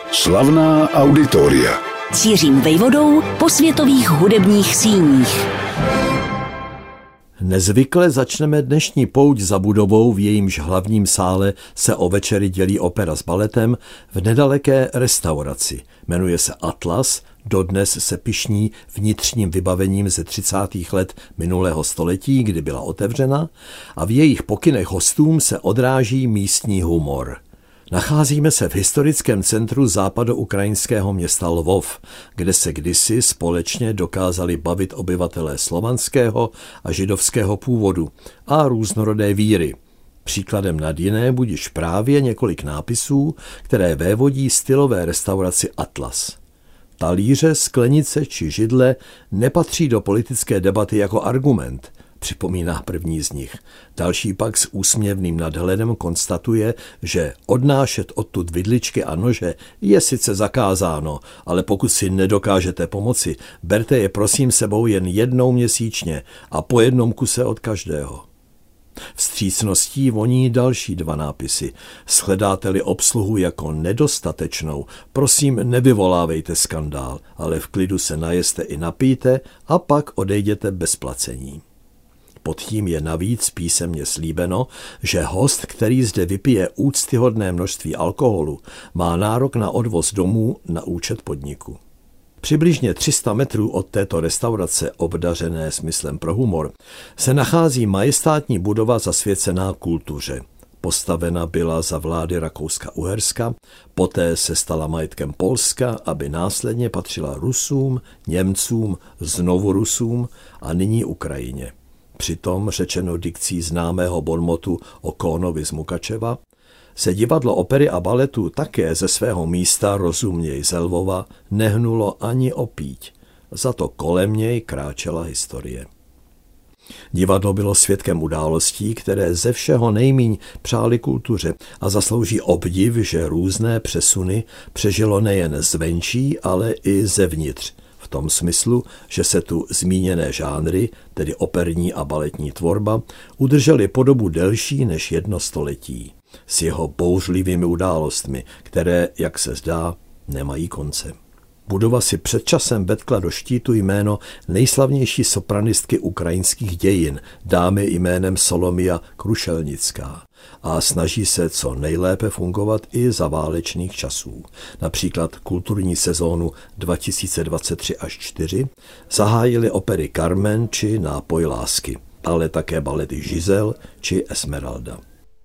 Slavná auditoria. Cířím vejvodou po světových hudebních síních. Nezvykle začneme dnešní pouť za budovou, v jejímž hlavním sále se o večery dělí opera s baletem, v nedaleké restauraci. Jmenuje se Atlas, dodnes se pyšní vnitřním vybavením ze 30. let minulého století, kdy byla otevřena, a v jejich pokynech hostům se odráží místní humor. Nacházíme se v historickém centru západoukrajinského města Lvov, kde se kdysi společně dokázali bavit obyvatelé slovanského a židovského původu a různorodé víry. Příkladem nad jiné budiž právě několik nápisů, které vévodí stylové restauraci Atlas. Talíře, sklenice či židle nepatří do politické debaty jako argument, připomíná první z nich. Další pak s úsměvným nadhledem konstatuje, že odnášet odtud vidličky a nože je sice zakázáno, ale pokud si nedokážete pomoci, berte je prosím sebou jen jednou měsíčně a po jednom kuse od každého. Vstřícností voní další dva nápisy. Shledáte-li obsluhu jako nedostatečnou, prosím nevyvolávejte skandál, ale v klidu se najeste i napijte a pak odejděte bez placení. Pod tím je navíc písemně slíbeno, že host, který zde vypije úctyhodné množství alkoholu, má nárok na odvoz domů na účet podniku. Přibližně 300 metrů od této restaurace, obdařené smyslem pro humor, se nachází majestátní budova zasvěcená kultuře. Postavena byla za vlády Rakouska-Uherska, poté se stala majetkem Polska, aby následně patřila Rusům, Němcům, znovu Rusům a nyní Ukrajině. Přitom, řečeno dikcí známého bonmotu o Kohnovi z Mukačeva, se divadlo opery a baletu také ze svého místa, rozuměj z Lvova, nehnulo ani o píď. Za to kolem něj kráčela historie. Divadlo bylo svědkem událostí, které ze všeho nejmíň přáli kultuře a zaslouží obdiv, že různé přesuny přežilo nejen zvenčí, ale i zevnitř. V tom smyslu, že se tu zmíněné žánry, tedy operní a baletní tvorba, udržely po dobu delší než 1 století, s jeho bouřlivými událostmi, které, jak se zdá, nemají konce. Budova si před časem vetkla do štítu jméno nejslavnější sopranistky ukrajinských dějin, dámy jménem Solomia Krušelnická, a snaží se co nejlépe fungovat i za válečných časů. Například kulturní sezónu 2023 až 4 zahájily opery Carmen či Nápoj lásky, ale také balety Žizel či Esmeralda.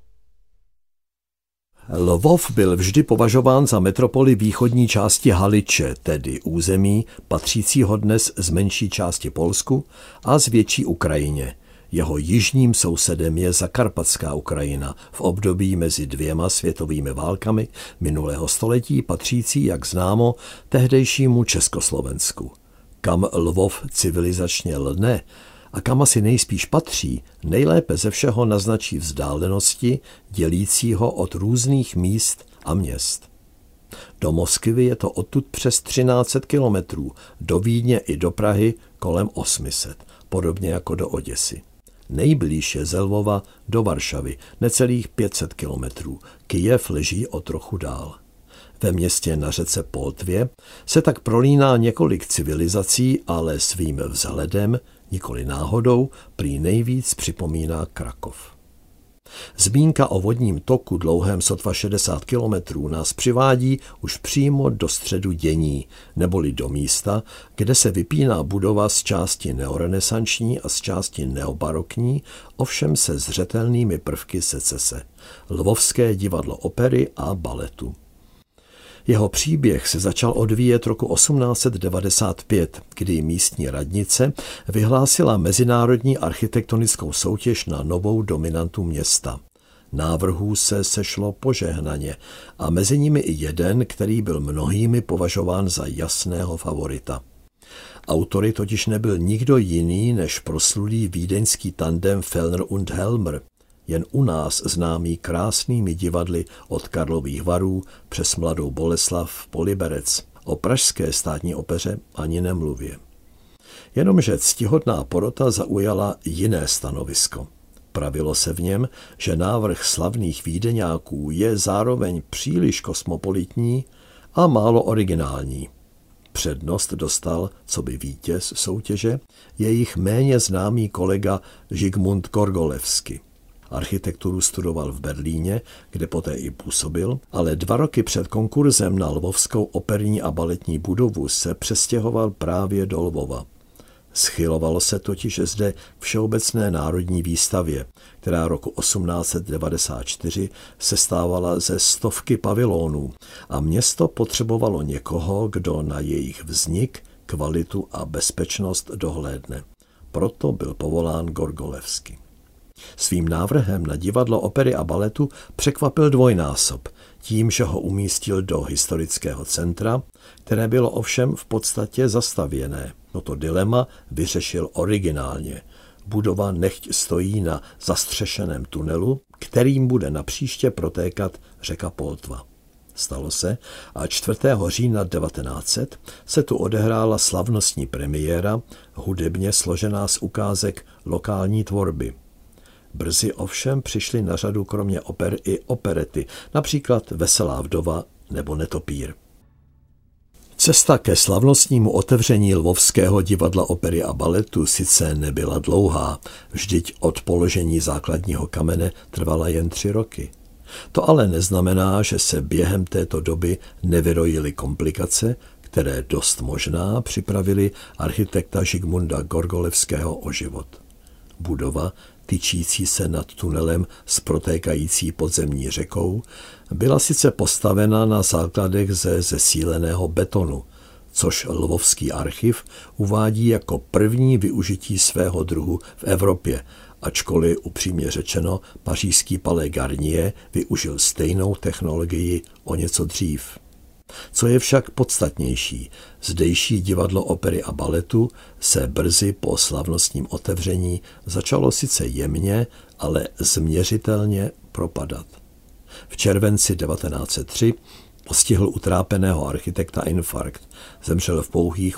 Lvov byl vždy považován za metropoli východní části Haliče, tedy území patřícího dnes z menší části Polsku a z větší Ukrajině. Jeho jižním sousedem je Zakarpatská Ukrajina v období mezi 2 světovými válkami minulého století, patřící, jak známo, tehdejšímu Československu. Kam Lvov civilizačně lne a kam asi nejspíš patří, nejlépe ze všeho naznačí vzdálenosti dělícího od různých míst a měst. Do Moskvy je to odtud přes 1300 kilometrů, do Vídně i do Prahy kolem 800, podobně jako do Oděsy. Nejblíž je z Lvova do Varšavy, necelých 500 kilometrů. Kyjev leží o trochu dál. Ve městě na řece Poltvě se tak prolíná několik civilizací, ale svým vzhledem, nikoli náhodou, prý nejvíc připomíná Krakov. Zmínka o vodním toku dlouhém sotva 60 kilometrů nás přivádí už přímo do středu dění, neboli do místa, kde se vypíná budova z části neorenesanční a z části neobarokní, ovšem se zřetelnými prvky secese. Lvovské divadlo opery a baletu. Jeho příběh se začal odvíjet roku 1895, kdy místní radnice vyhlásila mezinárodní architektonickou soutěž na novou dominantu města. Návrhů se sešlo požehnaně a mezi nimi i jeden, který byl mnohými považován za jasného favorita. Autory totiž nebyl nikdo jiný než proslulý vídeňský tandem Fellner und Helmer, jen u nás známý krásnými divadly od Karlových Varů přes Mladou Boleslav po Liberec. O pražské státní opeře ani nemluvě. Jenomže ctihodná porota zaujala jiné stanovisko. Pravilo se v něm, že návrh slavných vídeňáků je zároveň příliš kosmopolitní a málo originální. Přednost dostal, coby vítěz soutěže, jejich méně známý kolega Zsigmund Gorgolewski. Architekturu studoval v Berlíně, kde poté i působil, ale 2 roky před konkurzem na lvovskou operní a baletní budovu se přestěhoval právě do Lvova. Schylovalo se totiž zde Všeobecné národní výstavě, která roku 1894 sestávala ze 100 pavilonů a město potřebovalo někoho, kdo na jejich vznik, kvalitu a bezpečnost dohlédne. Proto byl povolán Gorgolewski. Svým návrhem na divadlo opery a baletu překvapil dvojnásob, tím, že ho umístil do historického centra, které bylo ovšem v podstatě zastavěné. Toto dilema vyřešil originálně. Budova nechť stojí na zastřešeném tunelu, kterým bude napříště protékat řeka Poltva. Stalo se a 4. října 1900 se tu odehrála slavnostní premiéra, hudebně složená z ukázek lokální tvorby. Brzy ovšem přišly na řadu kromě oper i operety, například Veselá vdova nebo Netopír. Cesta ke slavnostnímu otevření Lvovského divadla opery a baletu sice nebyla dlouhá, vždyť od položení základního kamene trvala jen 3 roky. To ale neznamená, že se během této doby nevyrojily komplikace, které dost možná připravili architekta Zsigmunda Gorgolewského o život. Budova, tyčící se nad tunelem s protékající podzemní řekou, byla sice postavena na základech ze zesíleného betonu, což Lvovský archiv uvádí jako první využití svého druhu v Evropě, ačkoliv upřímně řečeno pařížský Palais Garnier využil stejnou technologii o něco dřív. Co je však podstatnější, zdejší divadlo opery a baletu se brzy po slavnostním otevření začalo sice jemně, ale změřitelně propadat. V červenci 1903 postihl utrápeného architekta infarkt, zemřel v pouhých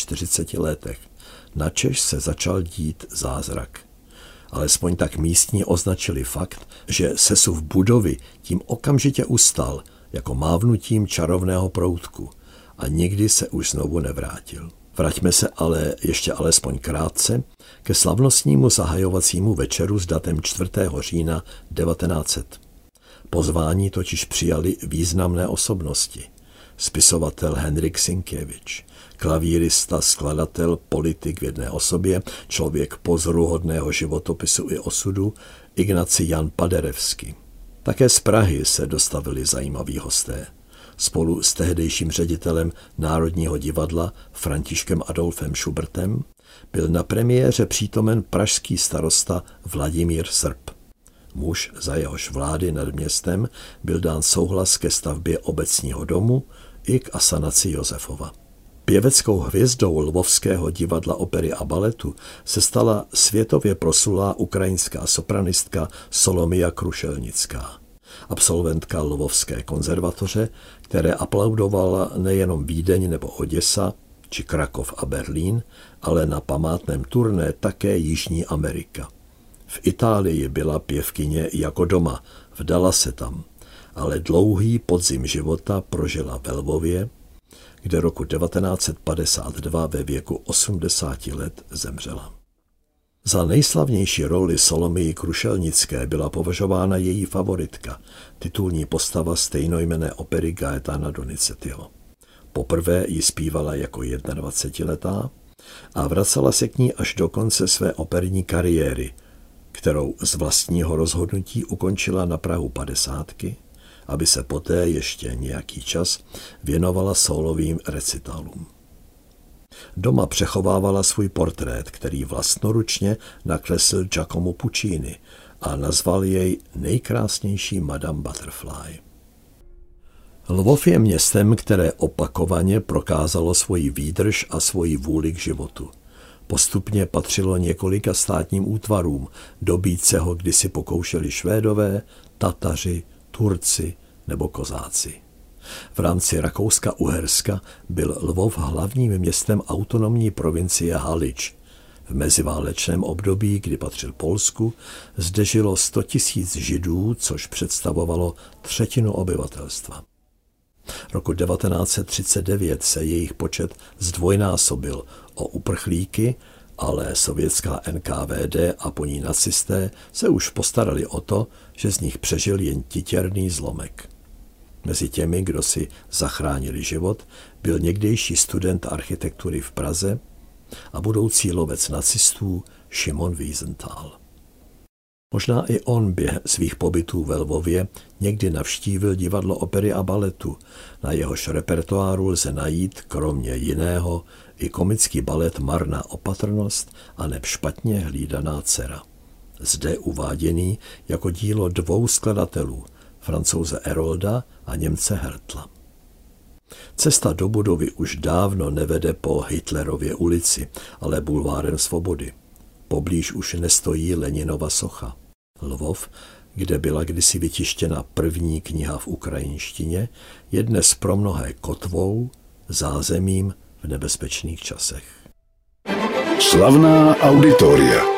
48 letech. Načež se začal dít zázrak. Alespoň tak místní označili fakt, že sesuv budovy tím okamžitě ustal, jako mávnutím čarovného proutku a nikdy se už znovu nevrátil. Vraťme se ale ještě alespoň krátce ke slavnostnímu zahajovacímu večeru s datem 4. října 1900. Pozvání totiž přijali významné osobnosti. Spisovatel Henryk Sienkiewicz, klavírista, skladatel, politik v jedné osobě, člověk pozoruhodného životopisu i osudu, Ignacy Jan Paderewski. Také z Prahy se dostavili zajímaví hosté. Spolu s tehdejším ředitelem Národního divadla Františkem Adolfem Schubertem byl na premiéře přítomen pražský starosta Vladimír Srb. Muž, za jehož vlády nad městem byl dán souhlas ke stavbě obecního domu i k asanaci Josefova. Pěveckou hvězdou Lvovského divadla opery a baletu se stala světově proslulá ukrajinská sopranistka Solomia Krušelnická, absolventka Lvovské konzervatoře, které aplaudovala nejenom Vídeň nebo Oděsa, či Krakov a Berlín, ale na památném turné také Jižní Amerika. V Itálii byla pěvkyně jako doma, vdala se tam, ale dlouhý podzim života prožila ve Lvově, kde roku 1952 ve věku 80 let zemřela. Za nejslavnější roli Solomii Krušelnické byla považována její favoritka, titulní postava stejnojmenné opery Gaetana Donizettiho. Poprvé ji zpívala jako 21letá a vracela se k ní až do konce své operní kariéry, kterou z vlastního rozhodnutí ukončila na prahu 50, aby se poté ještě nějaký čas věnovala sólovým recitálům. Doma přechovávala svůj portrét, který vlastnoručně nakreslil Giacomo Puccini a nazval jej nejkrásnější Madame Butterfly. Lvov je městem, které opakovaně prokázalo svoji výdrž a svoji vůli k životu. Postupně patřilo několika státním útvarům, dobít se ho kdysi pokoušeli Švédové, Tataři, Turci nebo Kozáci. V rámci Rakouska-Uherska byl Lvov hlavním městem autonomní provincie Halič. V meziválečném období, kdy patřil Polsku, zde žilo 100 000 Židů, což představovalo 1/3 obyvatelstva. Roku 1939 se jejich počet zdvojnásobil o uprchlíky, ale sovětská NKVD a po ní nacisté se už postarali o to, že z nich přežil jen titěrný zlomek. Mezi těmi, kdo si zachránili život, byl někdejší student architektury v Praze a budoucí lovec nacistů Šimon Wiesenthal. Možná i on během svých pobytů ve Lvově někdy navštívil divadlo opery a baletu. Na jehož repertoáru lze najít, kromě jiného, i komický balet Marná opatrnost a neb špatně hlídaná dcera. Zde uváděný jako dílo dvou skladatelů, Francouze Erolda a Němce Hertla. Cesta do budovy už dávno nevede po Hitlerově ulici, ale bulvárem Svobody. Poblíž už nestojí Leninova socha. Lvov, kde byla kdysi vytištěna první kniha v ukrajinštině, je dnes pro mnohé kotvou, zázemím v nebezpečných časech. Slavná auditoria.